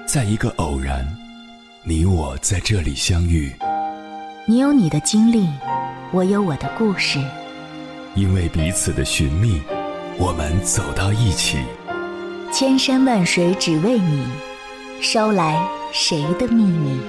在一个偶然，你我在这里相遇。 你有你的经历，我有我的故事。 因为彼此的寻觅，我们走到一起。 千山万水只为你，捎来谁的秘密？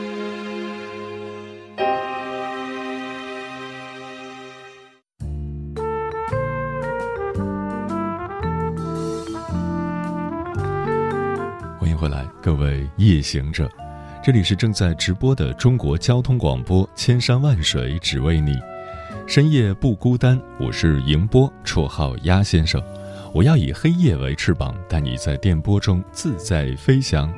欢迎回来，各位夜行者，这里是正在直播的中国交通广播，千山万水只为你，深夜不孤单。我是迎波，绰号鸭先生。我要以黑夜为翅膀，带你在电波中自在飞翔。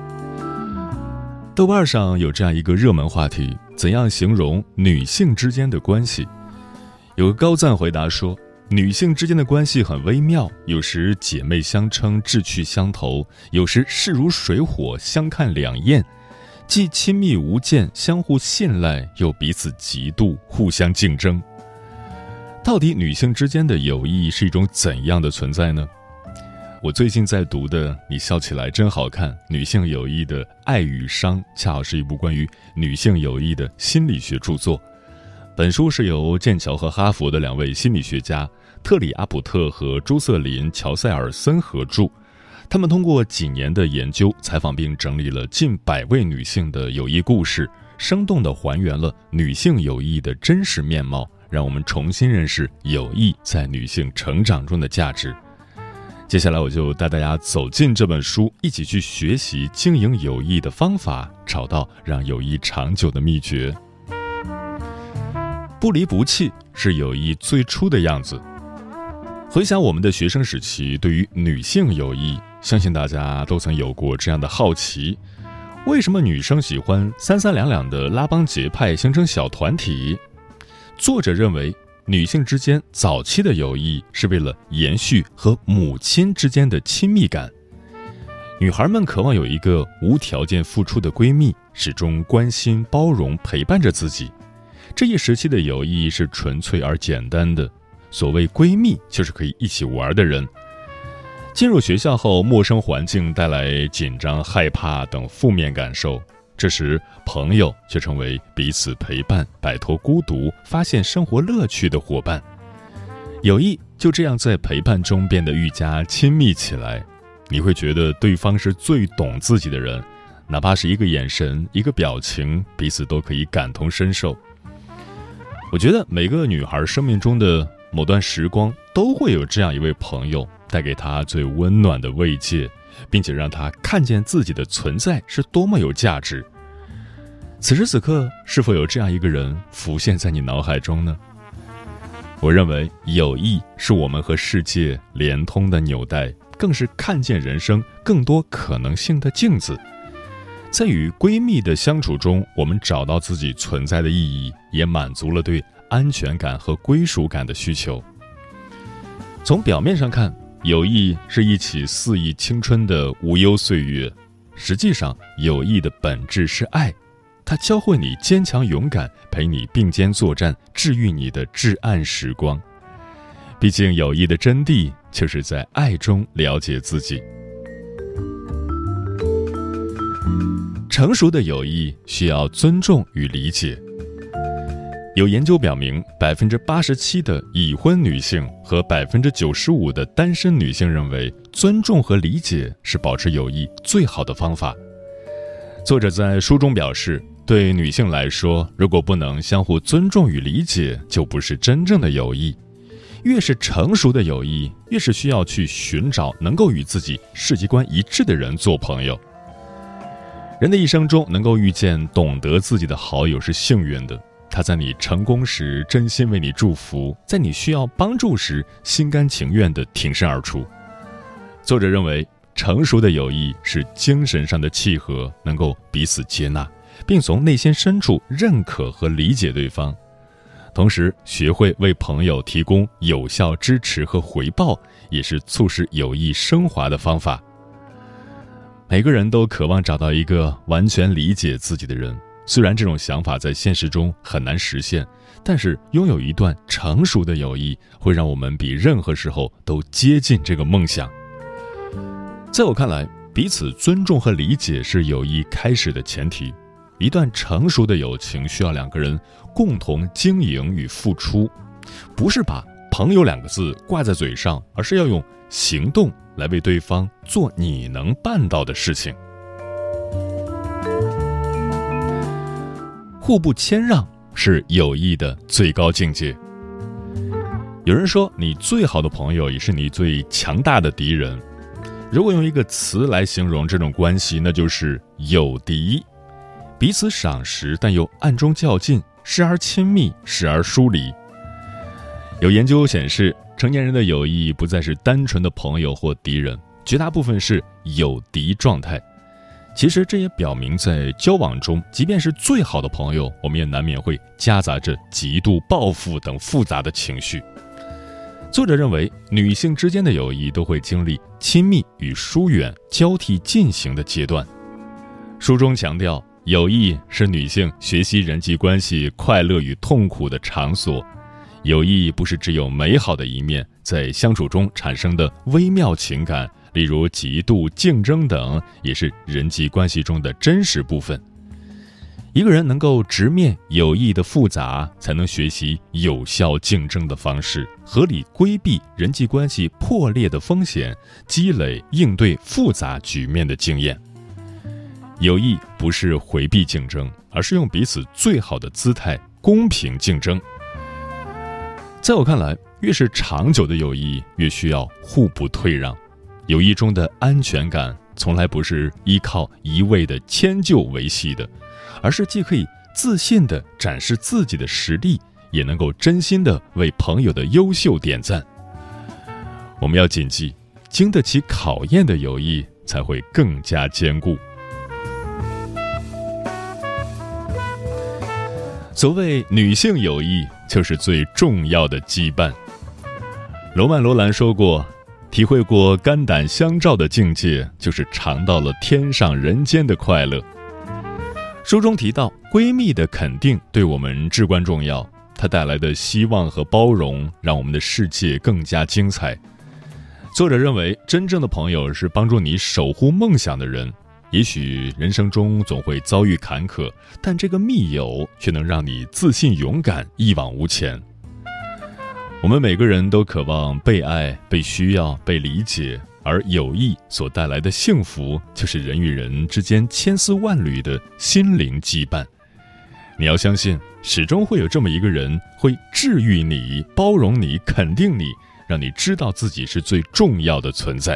豆瓣上有这样一个热门话题：怎样形容女性之间的关系？有个高赞回答说，女性之间的关系很微妙，有时姐妹相称，志趣相投，有时势如水火，相看两厌，既亲密无间，相互信赖，又彼此嫉妒，互相竞争。到底女性之间的友谊是一种怎样的存在呢？我最近在读的《你笑起来真好看》女性友谊的爱与伤，恰好是一部关于女性友谊的心理学著作。本书是由剑桥和哈佛的两位心理学家特里阿普特和朱瑟琳·乔塞尔森合著。他们通过几年的研究采访并整理了近100位女性的友谊故事，生动地还原了女性友谊的真实面貌，让我们重新认识友谊在女性成长中的价值。接下来我就带大家走进这本书，一起去学习经营友谊的方法，找到让友谊长久的秘诀。不离不弃是友谊最初的样子。回想我们的学生时期，对于女性友谊，相信大家都曾有过这样的好奇：为什么女生喜欢三三两两的拉帮结派，形成小团体？作者认为，女性之间早期的友谊是为了延续和母亲之间的亲密感。女孩们渴望有一个无条件付出的闺蜜，始终关心、包容、陪伴着自己。这一时期的友谊是纯粹而简单的，所谓闺蜜就是可以一起玩的人。进入学校后，陌生环境带来紧张、害怕等负面感受，这时朋友却成为彼此陪伴、摆脱孤独、发现生活乐趣的伙伴。友谊就这样在陪伴中变得愈加亲密起来，你会觉得对方是最懂自己的人，哪怕是一个眼神、一个表情，彼此都可以感同身受。我觉得每个女孩生命中的某段时光都会有这样一位朋友，带给她最温暖的慰藉，并且让她看见自己的存在是多么有价值。此时此刻，是否有这样一个人浮现在你脑海中呢？我认为友谊是我们和世界连通的纽带，更是看见人生更多可能性的镜子。在与闺蜜的相处中，我们找到自己存在的意义，也满足了对安全感和归属感的需求。从表面上看，友谊是一起肆意青春的无忧岁月，实际上友谊的本质是爱，它教会你坚强勇敢，陪你并肩作战，治愈你的至暗时光。毕竟友谊的真谛就是在爱中了解自己。成熟的友谊需要尊重与理解。有研究表明，87%的已婚女性和95%的单身女性认为，尊重和理解是保持友谊最好的方法。作者在书中表示，对女性来说，如果不能相互尊重与理解，就不是真正的友谊。越是成熟的友谊，越是需要去寻找能够与自己世界观一致的人做朋友。人的一生中能够遇见懂得自己的好友是幸运的，他在你成功时真心为你祝福，在你需要帮助时心甘情愿地挺身而出。作者认为，成熟的友谊是精神上的契合，能够彼此接纳，并从内心深处认可和理解对方。同时，学会为朋友提供有效支持和回报，也是促使友谊升华的方法。每个人都渴望找到一个完全理解自己的人，虽然这种想法在现实中很难实现，但是拥有一段成熟的友谊，会让我们比任何时候都接近这个梦想。在我看来， 彼此尊重和理解是友谊开始的前提。一段成熟的友情需要两个人共同经营与付出，不是把朋友2个字挂在嘴上，而是要用行动来为对方做你能办到的事情。互不谦让是友谊的最高境界。有人说，你最好的朋友也是你最强大的敌人。如果用一个词来形容这种关系，那就是友敌。彼此赏识，但又暗中较劲，时而亲密，时而疏离。有研究显示，成年人的友谊不再是单纯的朋友或敌人，绝大部分是友敌状态。其实这也表明，在交往中，即便是最好的朋友，我们也难免会夹杂着嫉妒、报复等复杂的情绪。作者认为，女性之间的友谊都会经历亲密与疏远交替进行的阶段。书中强调，友谊是女性学习人际关系快乐与痛苦的场所。友谊不是只有美好的一面，在相处中产生的微妙情感，例如嫉妒、竞争等，也是人际关系中的真实部分。一个人能够直面友谊的复杂，才能学习有效竞争的方式，合理规避人际关系破裂的风险，积累应对复杂局面的经验。友谊不是回避竞争，而是用彼此最好的姿态公平竞争。在我看来，越是长久的友谊，越需要互不退让。友谊中的安全感从来不是依靠一味的迁就维系的，而是既可以自信地展示自己的实力，也能够真心地为朋友的优秀点赞。我们要谨记，经得起考验的友谊才会更加坚固。所谓女性友谊，就是最重要的羁绊。罗曼·罗兰说过，体会过肝胆相照的境界，就是尝到了天上人间的快乐。书中提到，闺蜜的肯定对我们至关重要，它带来的希望和包容，让我们的世界更加精彩。作者认为，真正的朋友是帮助你守护梦想的人。也许人生中总会遭遇坎坷，但这个密友却能让你自信勇敢，一往无前。我们每个人都渴望被爱、被需要、被理解，而友谊所带来的幸福，就是人与人之间千丝万缕的心灵羁绊。你要相信，始终会有这么一个人，会治愈你、包容你、肯定你，让你知道自己是最重要的存在。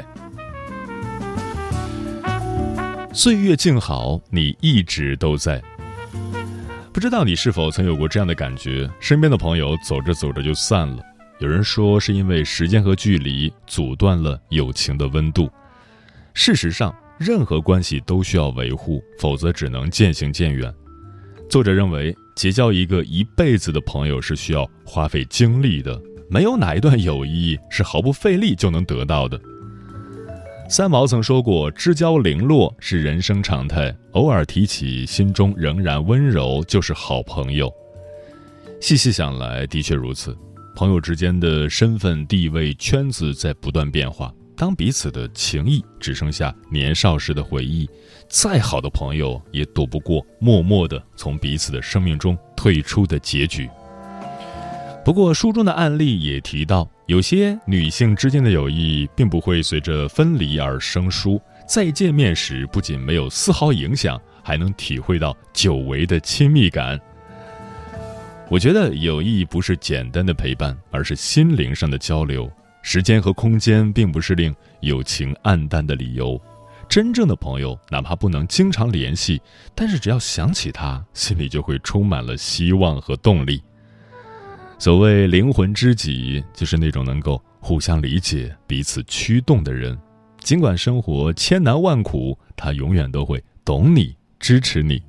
岁月静好，你一直都在。不知道你是否曾有过这样的感觉，身边的朋友走着走着就散了。有人说是因为时间和距离阻断了友情的温度。事实上，任何关系都需要维护，否则只能渐行渐远。作者认为，结交一个一辈子的朋友是需要花费精力的，没有哪一段友谊是毫不费力就能得到的。三毛曾说过，知交零落是人生常态，偶尔提起心中仍然温柔就是好朋友。细细想来，的确如此。朋友之间的身份地位圈子在不断变化，当彼此的情谊只剩下年少时的回忆，再好的朋友也躲不过默默地从彼此的生命中退出的结局。不过书中的案例也提到，有些女性之间的友谊并不会随着分离而生疏，再见面时不仅没有丝毫影响，还能体会到久违的亲密感。我觉得友谊不是简单的陪伴，而是心灵上的交流。时间和空间并不是令友情暗淡的理由。真正的朋友，哪怕不能经常联系，但是只要想起他，心里就会充满了希望和动力。所谓灵魂知己，就是那种能够互相理解、彼此驱动的人。尽管生活千难万苦，他永远都会懂你、支持你。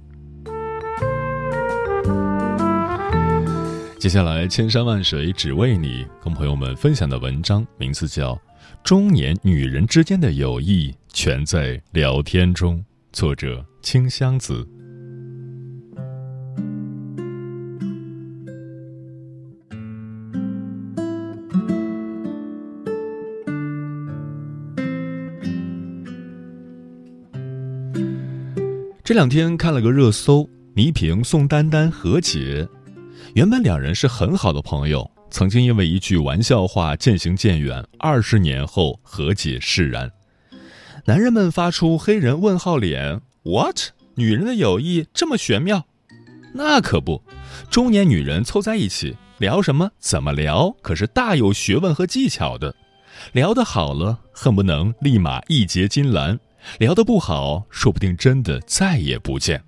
接下来，千山万水只为你，跟朋友们分享的文章名字叫《中年女人之间的友谊全在聊天中》，作者清香子。 这2天看了个热搜，倪萍、宋丹丹和解。原本2人是很好的朋友，曾经因为一句玩笑话渐行渐远，20年后和解释然。男人们发出黑人问号脸 ，What？ 女人的友谊这么玄妙？那可不，中年女人凑在一起聊什么怎么聊，可是大有学问和技巧的。聊得好了，恨不能立马一结金兰；聊得不好，说不定真的再也不见。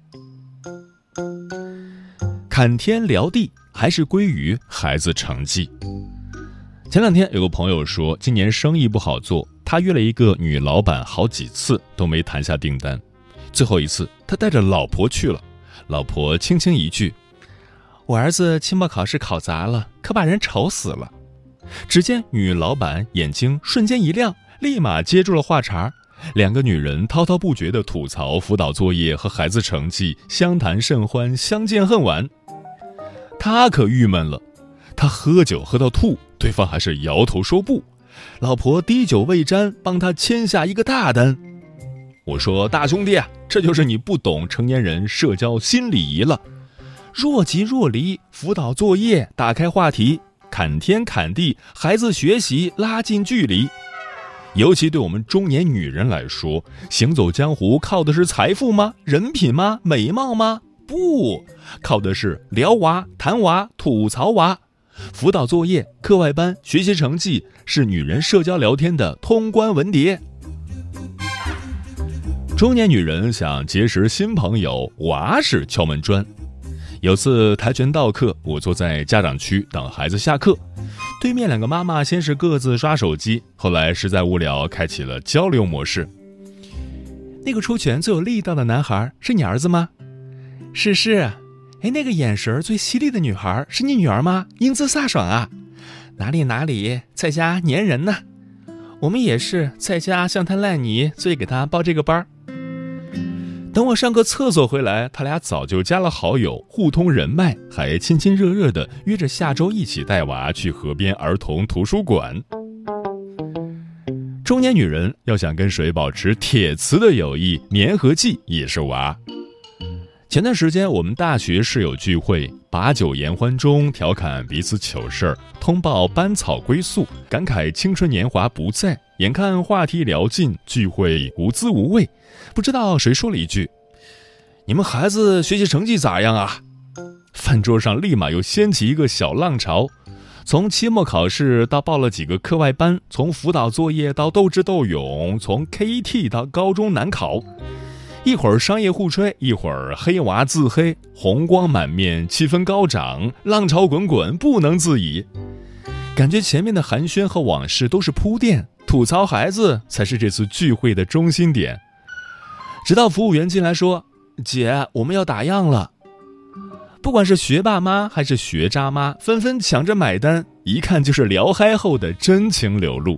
侃天聊地还是归于孩子成绩。前2天有个朋友说今年生意不好做，他约了一个女老板好几次都没谈下订单，最后一次他带着老婆去了，老婆轻轻一句，我儿子期末考试考砸了，可把人愁死了。只见女老板眼睛瞬间一亮，立马接住了话茬，2个女人滔滔不绝地吐槽辅导作业和孩子成绩，相谈甚欢，相见恨晚。他可郁闷了，他喝酒喝到吐，对方还是摇头说不，老婆滴酒未沾，帮他签下一个大单。我说大兄弟啊，这就是你不懂成年人社交新礼仪了。若即若离，辅导作业，打开话题，侃天侃地，孩子学习，拉近距离。尤其对我们中年女人来说，行走江湖靠的是财富吗？人品吗？美貌吗？不，靠的是聊娃、谈娃、吐槽娃。辅导作业、课外班、学习成绩是女人社交聊天的通关文牒。中年女人想结识新朋友，娃是敲门砖。有次跆拳道课，我坐在家长区等孩子下课，对面2个妈妈先是各自刷手机，后来实在无聊，开启了交流模式。那个出拳最有力道的男孩是你儿子吗？是。那个眼神最犀利的女孩是你女儿吗？英姿飒爽啊。哪里，在家粘人呢。我们也是在家像滩烂泥，所以给他报这个班。等我上个厕所回来，他俩早就加了好友，互通人脉，还亲亲热热的约着下周一起带娃去河边儿童图书馆。中年女人要想跟谁保持铁磁的友谊，粘合剂也是娃。前段时间我们大学室友聚会，把酒言欢中调侃彼此糗事儿，通报班草归宿，感慨青春年华不在。眼看话题聊尽，聚会无滋无味，不知道谁说了一句，你们孩子学习成绩咋样啊？饭桌上立马又掀起一个小浪潮，从期末考试到报了几个课外班，从辅导作业到斗智斗勇，从 KT 到高中难考，一会儿商业互吹，一会儿黑娃自黑，红光满面，气氛高涨，浪潮滚滚，不能自已。感觉前面的寒暄和往事都是铺垫，吐槽孩子才是这次聚会的中心点。直到服务员进来说，姐，我们要打烊了。不管是学霸妈还是学渣妈，纷纷抢着买单，一看就是聊嗨后的真情流露。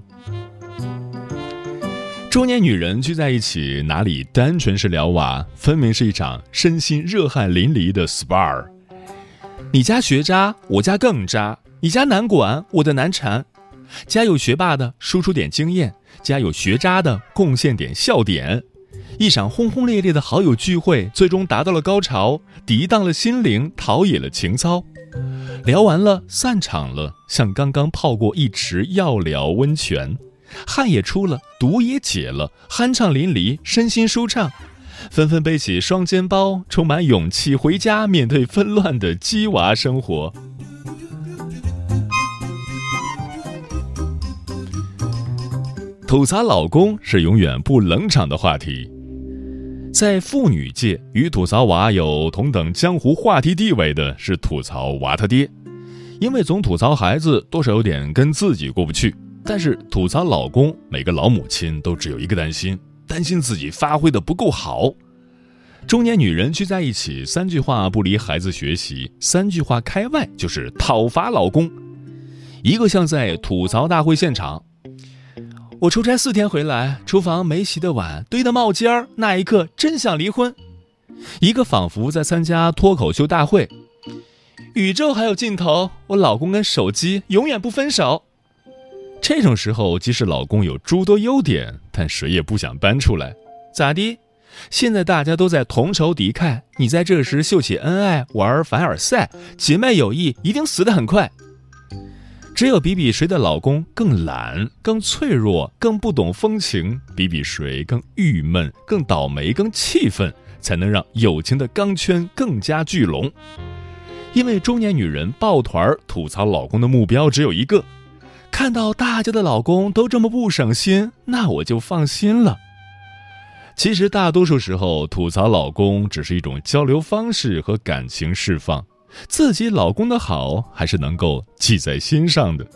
中年女人聚在一起，哪里单纯是聊娃，分明是一场身心热汗淋漓的 SPA。 你家学渣，我家更渣，你家难管，我的难缠。家有学霸的输出点经验，家有学渣的贡献点笑点。一场轰轰烈烈的好友聚会最终达到了高潮，涤荡了心灵，陶冶了情操。聊完了，散场了，像刚刚泡过一池药疗温泉，汗也出了，毒也解了，酣畅淋漓，身心舒畅，纷纷背起双肩包，充满勇气回家面对纷乱的鸡娃生活。吐槽老公是永远不冷场的话题。在妇女界，与吐槽娃有同等江湖话题地位的是吐槽娃他爹，因为总吐槽孩子多少有点跟自己过不去，但是吐槽老公，每个老母亲都只有一个担心自己发挥的不够好。中年女人聚在一起，3句话不离孩子学习，3句话开外就是讨伐老公。一个像在吐槽大会现场，我出差4天回来，厨房没洗的碗堆得冒尖儿，那一刻真想离婚。一个仿佛在参加脱口秀大会，宇宙还有尽头，我老公跟手机永远不分手。这种时候，即使老公有诸多优点，但谁也不想搬出来。咋的？ 现在大家都在同仇敌忾，你在这时秀起恩爱，玩凡尔赛，姐妹友谊一定死得很快。只有比谁的老公更懒、更脆弱、更不懂风情，比谁更郁闷、更倒霉、更气愤，才能让友情的钢圈更加聚拢。因为中年女人抱团吐槽老公的目标只有一个，看到大家的老公都这么不省心，那我就放心了。其实大多数时候，吐槽老公只是一种交流方式和感情释放，自己老公的好还是能够记在心上的。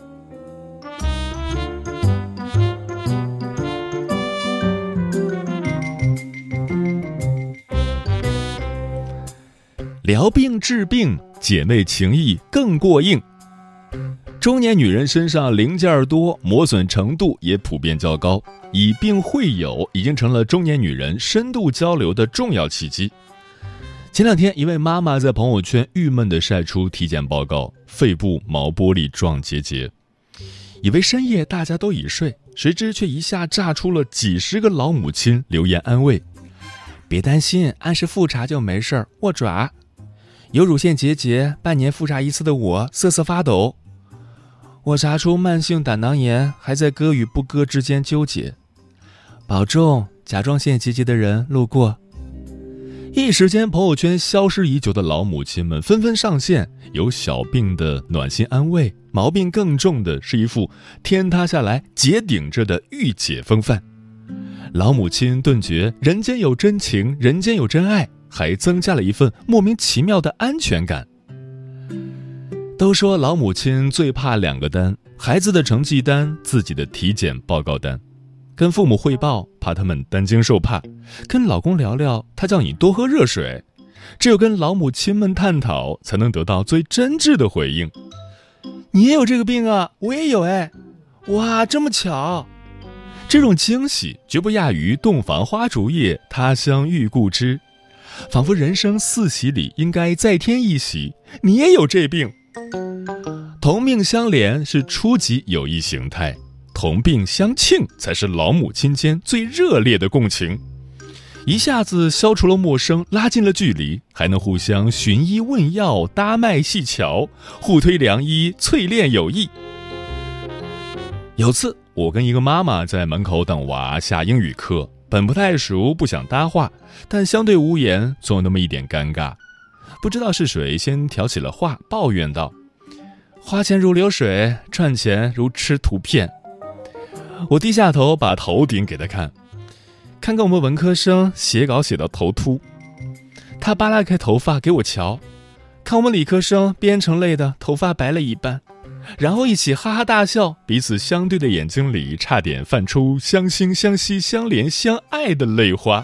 聊病治病，姐妹情谊更过硬。中年女人身上零件多，磨损程度也普遍较高，以病会友已经成了中年女人深度交流的重要契机。前两天，一位妈妈在朋友圈郁闷地晒出体检报告，肺部毛玻璃状结节。以为深夜大家都已睡，谁知却一下炸出了几十个老母亲留言安慰：别担心，按时复查就没事，握爪。有乳腺结节，半年复查一次的我瑟瑟发抖。我查出慢性胆囊炎，还在割与不割之间纠结。保重，甲状腺结节的人路过。一时间，朋友圈消失已久的老母亲们纷纷上线，有小病的暖心安慰，毛病更重的是一副天塌下来姐顶着的御姐风范。老母亲顿觉人间有真情，人间有真爱，还增加了一份莫名其妙的安全感。都说老母亲最怕两个单，孩子的成绩单，自己的体检报告单。跟父母汇报，怕他们担惊受怕；跟老公聊聊，他叫你多喝热水。只有跟老母亲们探讨，才能得到最真挚的回应。你也有这个病啊？我也有哎！哇，这么巧！这种惊喜绝不亚于洞房花烛夜，他乡遇故知，仿佛人生4喜里应该再添一喜，你也有这病。同命相连是初级友谊形态，同病相庆才是老母亲间最热烈的共情。一下子消除了陌生，拉近了距离，还能互相寻医问药，搭脉细瞧，互推良医，淬炼友谊。有次我跟一个妈妈在门口等娃下英语课，本不太熟，不想搭话，但相对无言，总有那么一点尴尬。不知道是谁先挑起了话，抱怨道：花钱如流水，赚钱如吃图片。我低下头把头顶给他看，看看我们文科生写稿写到头秃。他扒拉开头发给我瞧，看我们理科生编程类的头发白了一半，然后一起哈哈大笑，彼此相对的眼睛里差点泛出相惺相惜相怜相爱的泪花。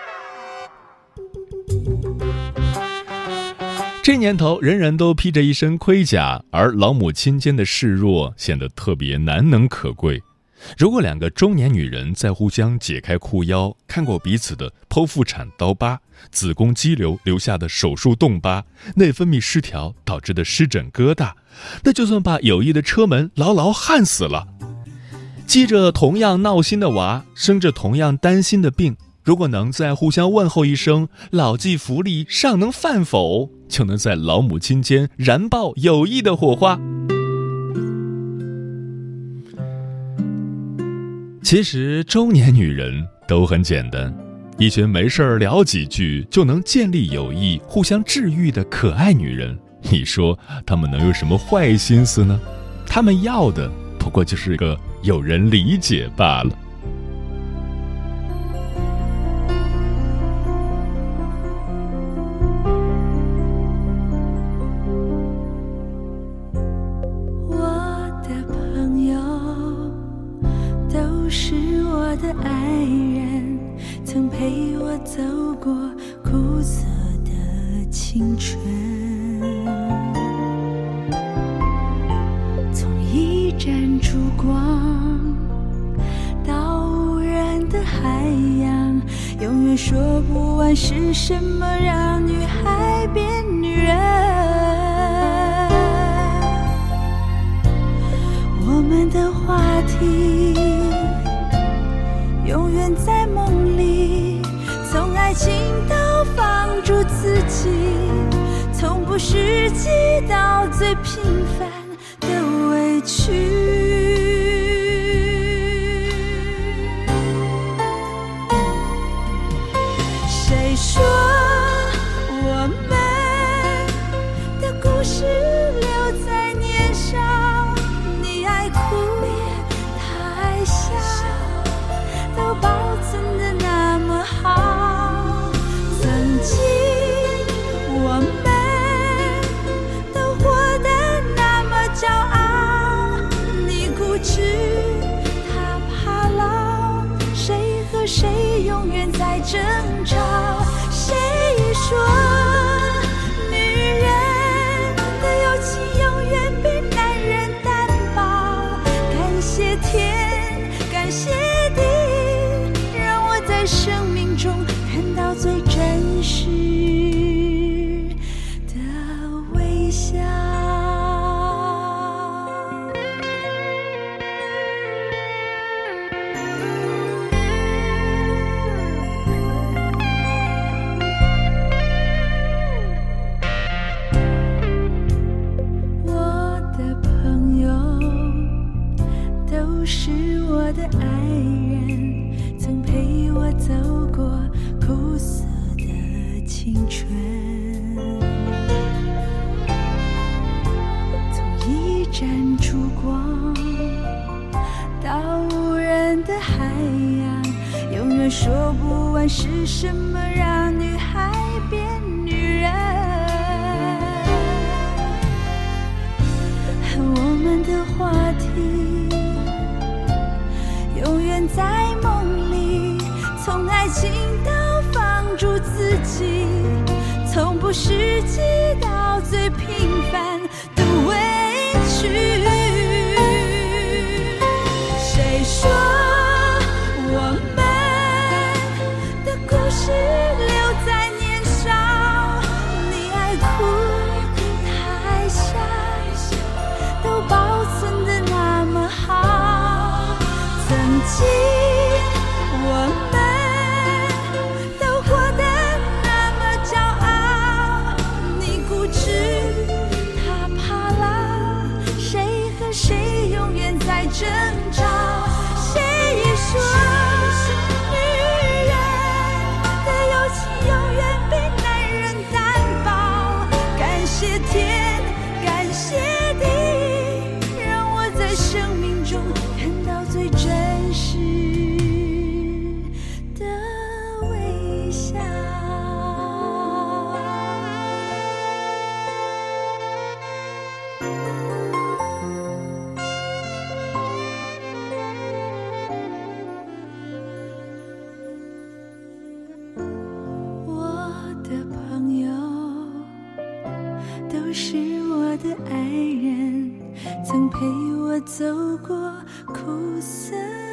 这年头人人都披着一身盔甲，而老母亲间的示弱显得特别难能可贵。如果两个中年女人在互相解开裤腰，看过彼此的剖腹产刀疤、子宫肌瘤留下的手术冻疤、内分泌失调导致的湿疹疙瘩，那就算把友谊的车门牢牢焊死了。记着同样闹心的娃，生着同样担心的病，如果能在互相问候一声老骥伏枥，尚能饭否，就能在老母亲间燃爆友谊的火花。其实中年女人都很简单，一群没事聊几句就能建立友谊、互相治愈的可爱女人，你说她们能有什么坏心思呢？她们要的不过就是个有人理解罢了。 的爱人曾陪我走过苦涩的青春，从一盏烛光到无人的海洋，永远说不完是什么让女孩变女人。我们的话题永远在梦里，从爱不是击倒最平凡的委屈。谁说我们的故事留在年少？你爱哭，他爱笑，都保存得那么好。曾经我们都活得那么骄傲，你固执，他怕老，谁和谁永远在争吵？谁说女人的友情永远比男人单薄？感谢天，感谢地，让我在生命中看到最真实的微笑。我的朋友都是我的爱人，曾陪我走过苦涩的青春，从一盏烛光到无人的海洋，永远说不完是什么让女孩变女人。我们的话题永远在梦里，从爱情到放逐自己，从不是击倒最平凡的委屈。谁说我们的故事留在年少？你爱哭，他爱笑，都保存得那么好。曾经我们都活得那么骄傲，你固执，他怕老，谁和谁永远在争吵？谁说女人的友情永远比男人单薄？感谢天，感谢地，让我在生命中看到最真实的微笑。我的朋友都是我的爱人，曾陪我走过苦涩